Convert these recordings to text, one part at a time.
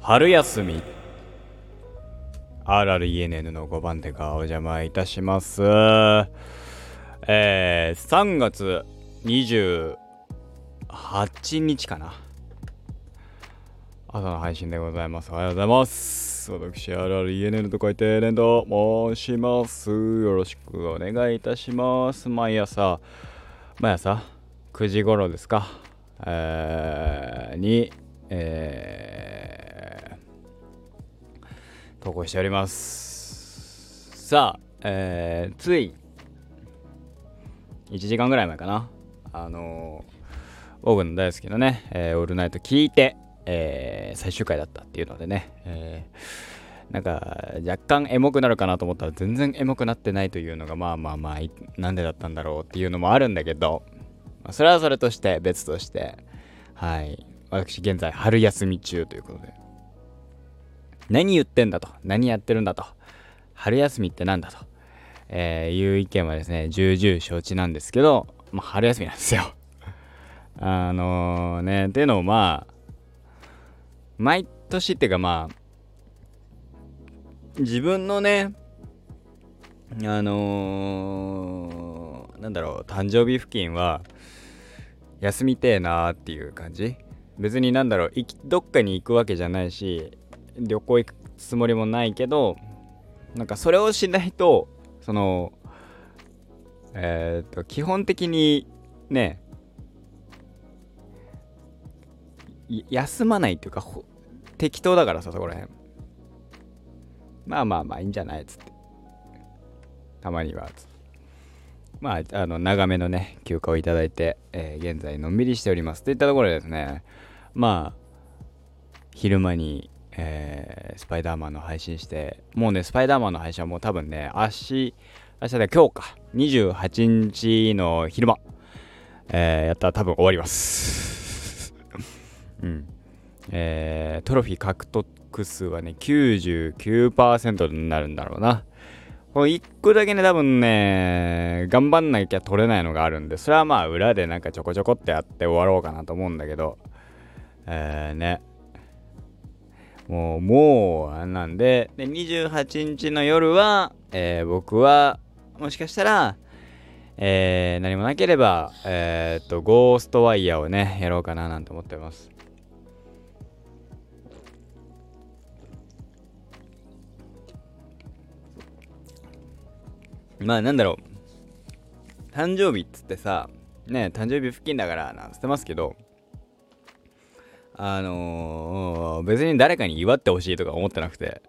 春休み RRENN の5番手がお邪魔いたします。3月28日かな、朝の配信でございます。おはようございます。私 RRENN と書いてレンと申します。よろしくお願いいたします。毎朝9時頃ですか、に投稿しております。さあ、つい1時間ぐらい前かな、僕の大好きなね、オールナイト聞いて、最終回だったっていうのでね、なんか若干エモくなるかなと思ったら全然エモくなってないというのがなんでだったんだろうっていうのもあるんだけど、それはそれとして別として、はい私現在春休み中ということで、何言ってんだと、何やってるんだと、春休みってなんだと、いう意見はですね重々承知なんですけど、春休みなんですよ。っていうのを毎年っていうか自分のね誕生日付近は休みてえなーっていう感じ。別にどっかに行くわけじゃないし、旅行行くつもりもないけど、なんかそれをしないと基本的にね休まないっていうか適当だからさ、そこら辺いいんじゃないっつって、たまにはつって長めのね休暇をいただいて、現在のんびりしておりますといったところでですね、昼間に、スパイダーマンの配信して、もうねスパイダーマンの配信はもう多分ね明日で今日か28日の昼間、やったら多分終わりますうんトロフィー獲得数はね 99% になるんだろうな。1個だけね多分ね頑張んなきゃ取れないのがあるんで、それは裏でなんかちょこちょこってやって終わろうかなと思うんだけど、もうなんで28日の夜は、僕はもしかしたら、何もなければゴーストワイヤーをねやろうかななんて思ってます。誕生日っつってさね、誕生日付近だからなんつってますけど、別に誰かに祝ってほしいとか思ってなくて、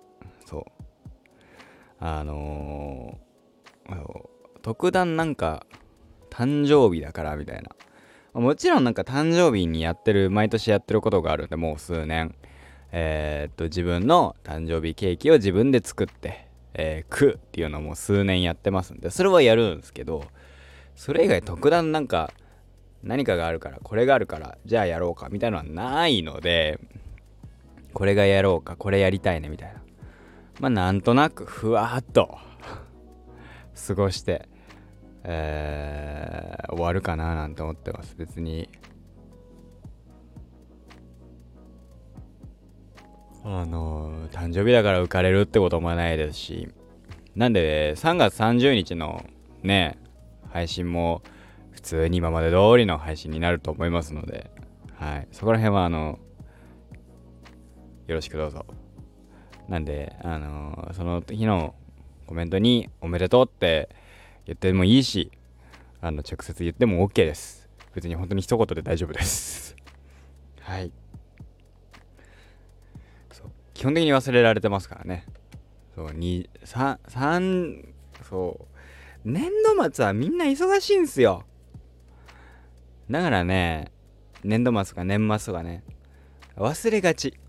特段なんか誕生日だからみたいな、もちろんなんか誕生日に毎年やってることがあるんで、もう数年自分の誕生日ケーキを自分で作って、食うっていうのをもう数年やってますんで、それはやるんですけど、それ以外特段なんか何かがあるから、これがあるからじゃあやろうかみたいなのはないので、これがやろうか、これやりたいねみたいな、なんとなくふわーっと過ごして、終わるかななんて思ってます。別に誕生日だから浮かれるってこともないですし、なんで3月30日のね配信も普通に今まで通りの配信になると思いますので、はい、そこら辺はよろしくどうぞ。なんでその日のコメントにおめでとうって言ってもいいし、直接言っても OK です。別に本当に一言で大丈夫ですはい、基本的に忘れられてますからね。年度末はみんな忙しいんすよ。だからね、年度末か年末とかね忘れがち。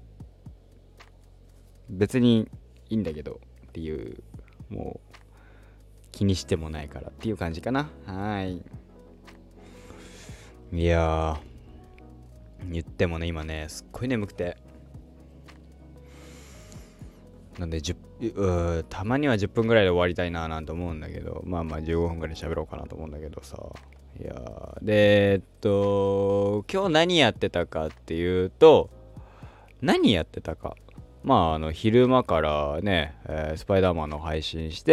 別にいいんだけどっていう、もう気にしてもないからっていう感じかな。はい。いや言ってもね今ねすっごい眠くて、なんでたまには10分ぐらいで終わりたいななんて思うんだけど、15分ぐらい喋ろうかなと思うんだけどさ。いやで今日何やってたかっていうと、何やってたか昼間からね、スパイダーマンの配信して、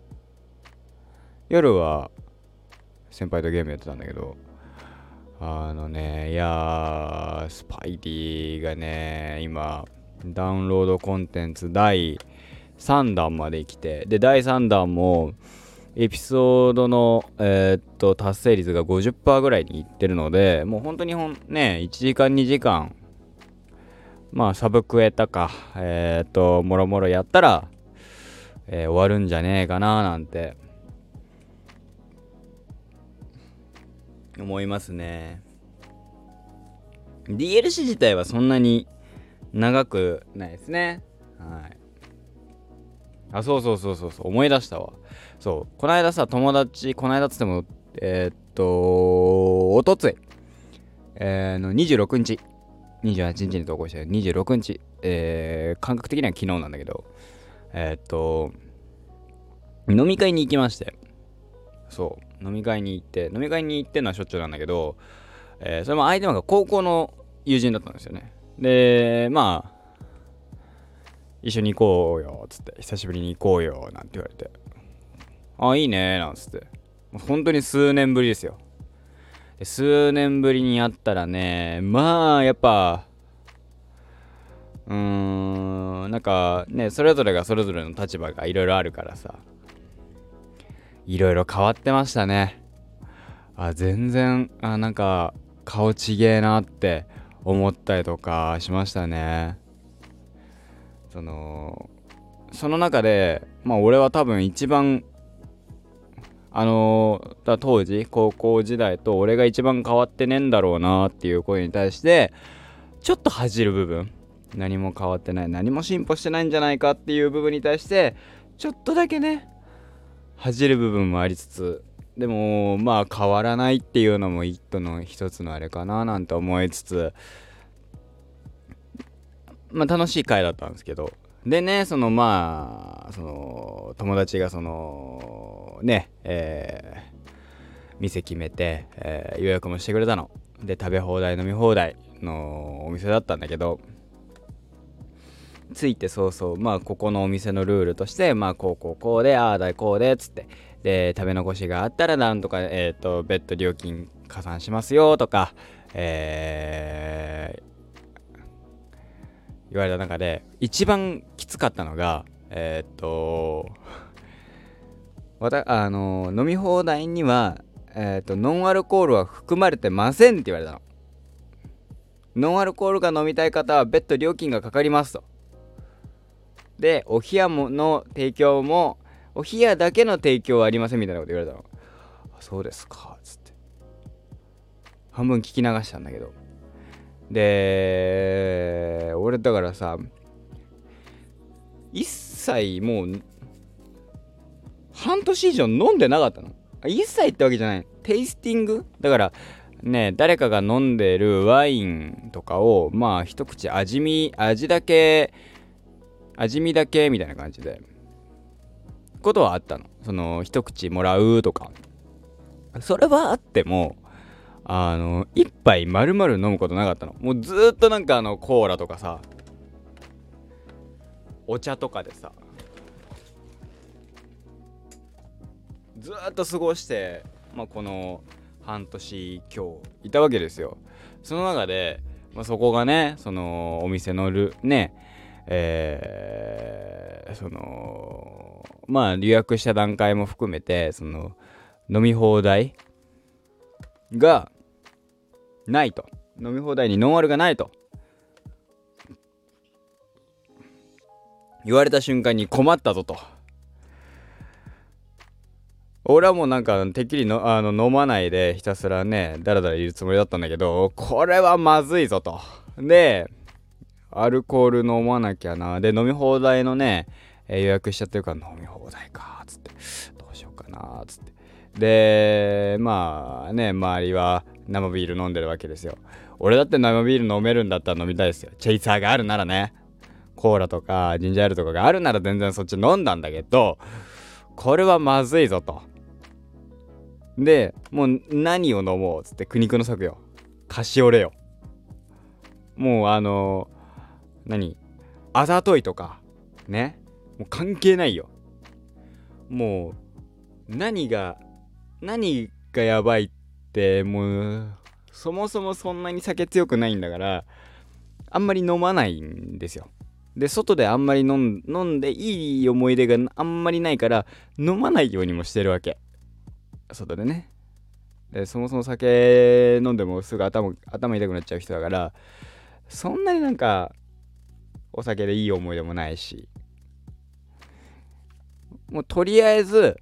夜は先輩とゲームやってたんだけど、いやー、スパイディがね、今、ダウンロードコンテンツ第3弾まで来て、で、第3弾も、エピソードの、達成率が 50% ぐらいにいってるので、もう本当に1時間2時間、サブクエとか、もろもろやったら、終わるんじゃねえかななんて、思いますね。DLC 自体はそんなに長くないですね。はい。そう、思い出したわ。そう、この間さ、この間つっても、おとつい、の26日、28日に投稿して26日、感覚的には昨日なんだけど、飲み会に行きまして、そう、飲み会に行ってのはしょっちゅうなんだけど、それも相手が高校の友人だったんですよね。で、一緒に行こうよ、つって、久しぶりに行こうよ、なんて言われて、いいね、なんつって、本当に数年ぶりですよ。で数年ぶりに会ったらね、やっぱ、なんかね、それぞれがそれぞれの立場がいろいろあるからさ、いろいろ変わってましたね。全然、なんか、顔ちげえなって思ったりとかしましたね。その中で、俺は多分一番、当時、高校時代と俺が一番変わってねえんだろうなっていう声に対して、ちょっと恥じる部分、何も変わってない、何も進歩してないんじゃないかっていう部分に対して、ちょっとだけね、恥じる部分もありつつ、でも変わらないっていうのも一つのあれかななんて思いつつ、楽しい回だったんですけど、でね、その友達が店決めて、予約もしてくれたので、食べ放題飲み放題のお店だったんだけど、着いてここのお店のルールとして、こうで、ああだこうでっつって、で食べ残しがあったらなんとか別途料金加算しますよとか、言われた中で一番きつかったのが飲み放題にはノンアルコールは含まれてませんって言われたの。ノンアルコールが飲みたい方は別途料金がかかりますと。で、お冷やの提供もお冷やだけの提供はありませんみたいなこと言われたの。そうですかつって半分聞き流したんだけど、で俺だからさ、一切もう半年以上飲んでなかったの。一切ってわけじゃない、テイスティングだからね、誰かが飲んでるワインとかを一口味見だけみたいな感じでことはあったの。その一口もらうとか、それはあっても一杯丸々飲むことなかったの。もうずーっとなんかコーラとかさ、お茶とかでさ、ずーっと過ごして、この半年今日いたわけですよ。その中で、そこがね、そのお店の予約した段階も含めて、その飲み放題がないと、飲み放題にノンアルがないと言われた瞬間に困ったぞと。俺はもうなんかてっきりの飲まないでひたすらねだらだらいるつもりだったんだけど、これはまずいぞと。でアルコール飲まなきゃな。で飲み放題のね、予約しちゃってるから飲み放題かつって、どうしようかなつって、で周りは生ビール飲んでるわけですよ。俺だって生ビール飲めるんだったら飲みたいですよ。チェイサーがあるならね、コーラとかジンジャーエールとかがあるなら全然そっち飲んだんだけど、これはまずいぞと。でもう何を飲もうつって苦肉の策よ、カシオレよ。もうあざといとかね、もう関係ないよ。もう何がやばいって、もうそもそもそんなに酒強くないんだから、あんまり飲まないんですよ。で、外であんまり飲んでいい思い出があんまりないから、飲まないようにもしてるわけ、外でね。で、そもそも酒飲んでもすぐ頭痛くなっちゃう人だから、そんなになんかお酒でいい思い出もないし、もうとりあえず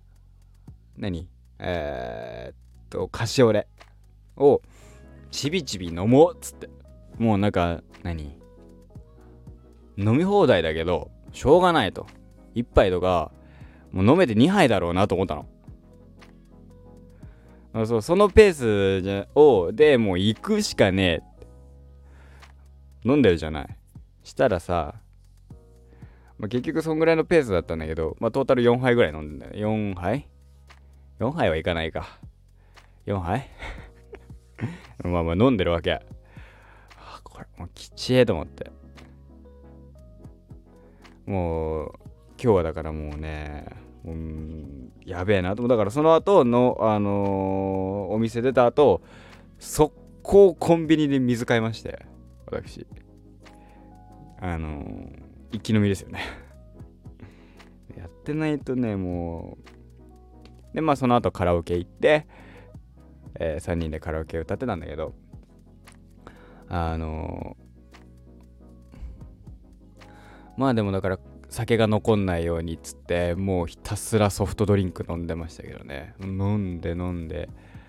カシオレをちびちび飲もうっつって、もうなんか飲み放題だけどしょうがないと、1杯とかもう飲めて2杯だろうなと思ったの。そのペースでもう行くしかねえ。飲んでるじゃない。したらさ、結局そんぐらいのペースだったんだけど、トータル4杯ぐらい飲んでんだよ。4杯 ?4 杯はいかないか。4杯飲んでるわけ。これもうきちえと思って。もう今日はだからもうね、やべえなと思う。だからその後のお店出た後、速攻コンビニで水買いまして、私一気飲みですよねやってないとね、もうでその後カラオケ行って、3人でカラオケ歌ってたんだけど、でもだから酒が残んないようにっつって、もうひたすらソフトドリンク飲んでましたけどね。飲んで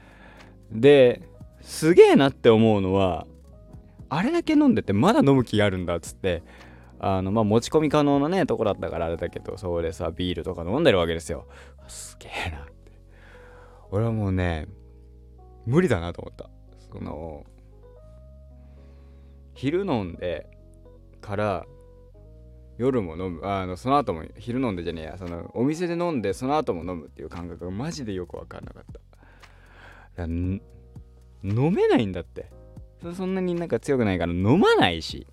ですげえなって思うのは、あれだけ飲んでてまだ飲む気があるんだっつって、持ち込み可能なねとこだったからあれだけど、それさビールとか飲んでるわけですよ。すげえなって。俺はもうね、無理だなと思った。昼飲んでから夜も飲む、その後も昼飲んでじゃねえや、お店で飲んでその後も飲むっていう感覚がマジでよく分かんなかった。飲めないんだって。そんなになんか強くないから飲まないし、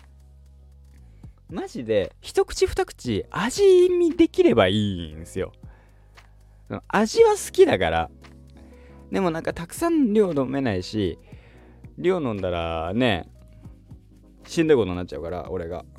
マジで一口二口味見できればいいんですよ。味は好きだから。でもなんかたくさん量飲めないし、量飲んだらね、しんどいことになっちゃうから、俺が。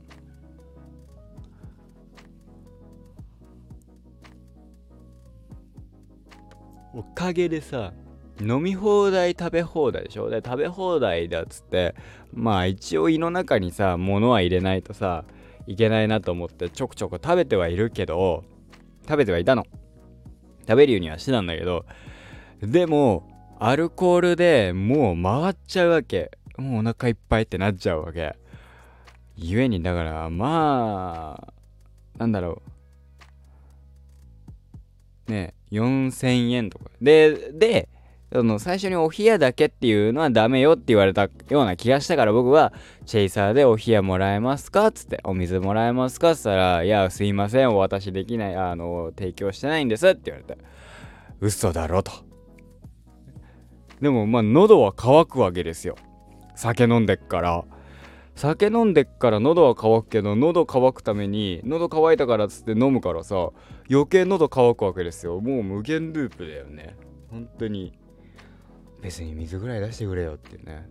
おかげでさ、飲み放題食べ放題でしょ。で食べ放題だっつって、一応胃の中にさ物は入れないとさいけないなと思ってちょくちょく食べてはいるけど、食べてはいたの。食べるようにはしてたんだけど、でもアルコールでもう回っちゃうわけ。もうお腹いっぱいってなっちゃうわけ。ゆえにだからなんだろうね、4000円とかで最初にお冷やだけっていうのはダメよって言われたような気がしたから、僕はチェイサーでお冷やもらえますかっつって、お水もらえますかっつったら、いやすいませんお渡しできない、提供してないんですって言われて、嘘だろと。でも喉は渇くわけですよ。酒飲んでっから喉は渇くけど、喉乾くために喉乾いたからっつって飲むからさ、余計喉乾くわけですよ。もう無限ループだよね、本当に。別に水ぐらい出してくれよってね。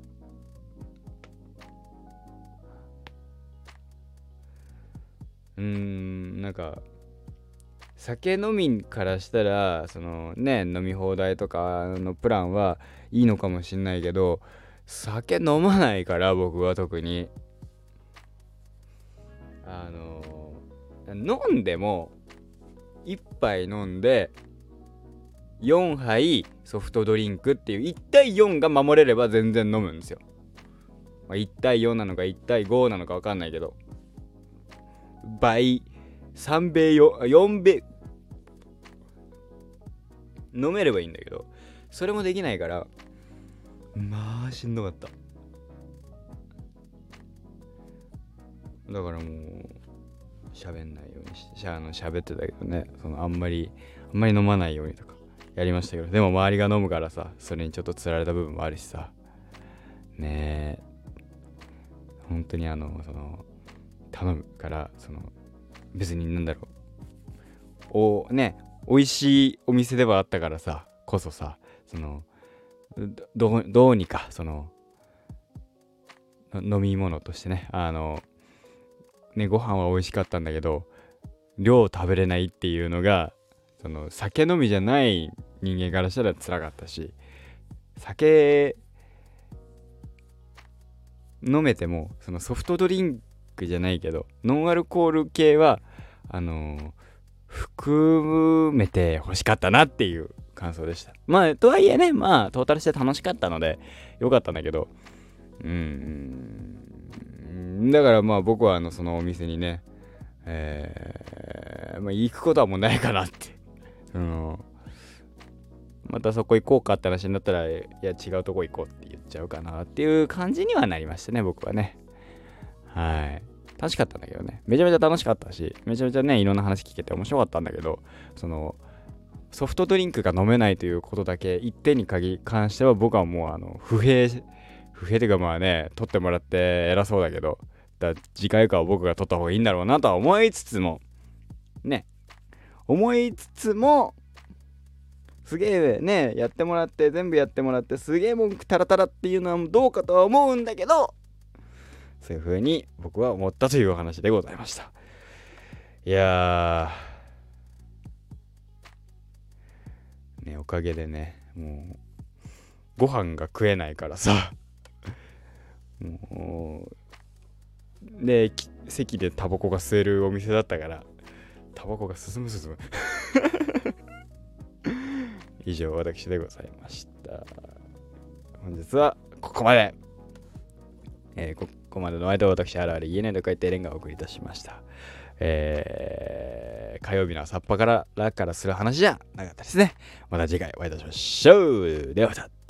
なんか酒飲みからしたら飲み放題とかのプランはいいのかもしんないけど、酒飲まないから僕は特に飲んでも1杯飲んで4杯ソフトドリンクっていう1対4が守れれば全然飲むんですよ。1対4なのか1対5なのか分かんないけど、倍3倍4倍飲めればいいんだけど、それもできないから、しんどかった。だからもう喋んないようにして喋ってたけどね、あんまり飲まないようにとかやりましたけど、でも周りが飲むからさ、それにちょっとつられた部分もあるしさね。え本当に頼むから、別に美味しいお店ではあったからさこそさ、どうにか飲み物としてね、ご飯は美味しかったんだけど量食べれないっていうのが、酒飲みじゃない人間からしたら辛かったし、酒飲めてもソフトドリンクじゃないけどノンアルコール系は含めて欲しかったなっていう感想でした。まあとはいえね、まあトータルして楽しかったのでよかったんだけど、だからまあ僕はそのお店にね、まあ行くことはもうないかなってまたそこ行こうかって話になったら、いや違うとこ行こうって言っちゃうかなっていう感じにはなりましたね、僕はね。はい。楽しかったんだけどね。めちゃめちゃ楽しかったし、めちゃめちゃね、いろんな話聞けて面白かったんだけど、ソフトドリンクが飲めないということだけ一点に関しては僕はもう不平というかまあね、取ってもらって偉そうだけど、次回からは僕が取った方がいいんだろうなとは思いつつも、すげえね、全部やってもらってすげえ文句タラタラっていうのはどうかとは思うんだけど、そういう風に僕は思ったというお話でございました。いやーね、おかげでね、もうご飯が食えないからさもうで席でタバコが吸えるお店だったからタバコが進む以上、私でございました。本日はここまで。ここまでの間、私、あるある言えないと書いてレンガをお送りいたしました。火曜日の朝っぱからする話じゃなかったですね。また次回お会いいたしましょう。ではまた。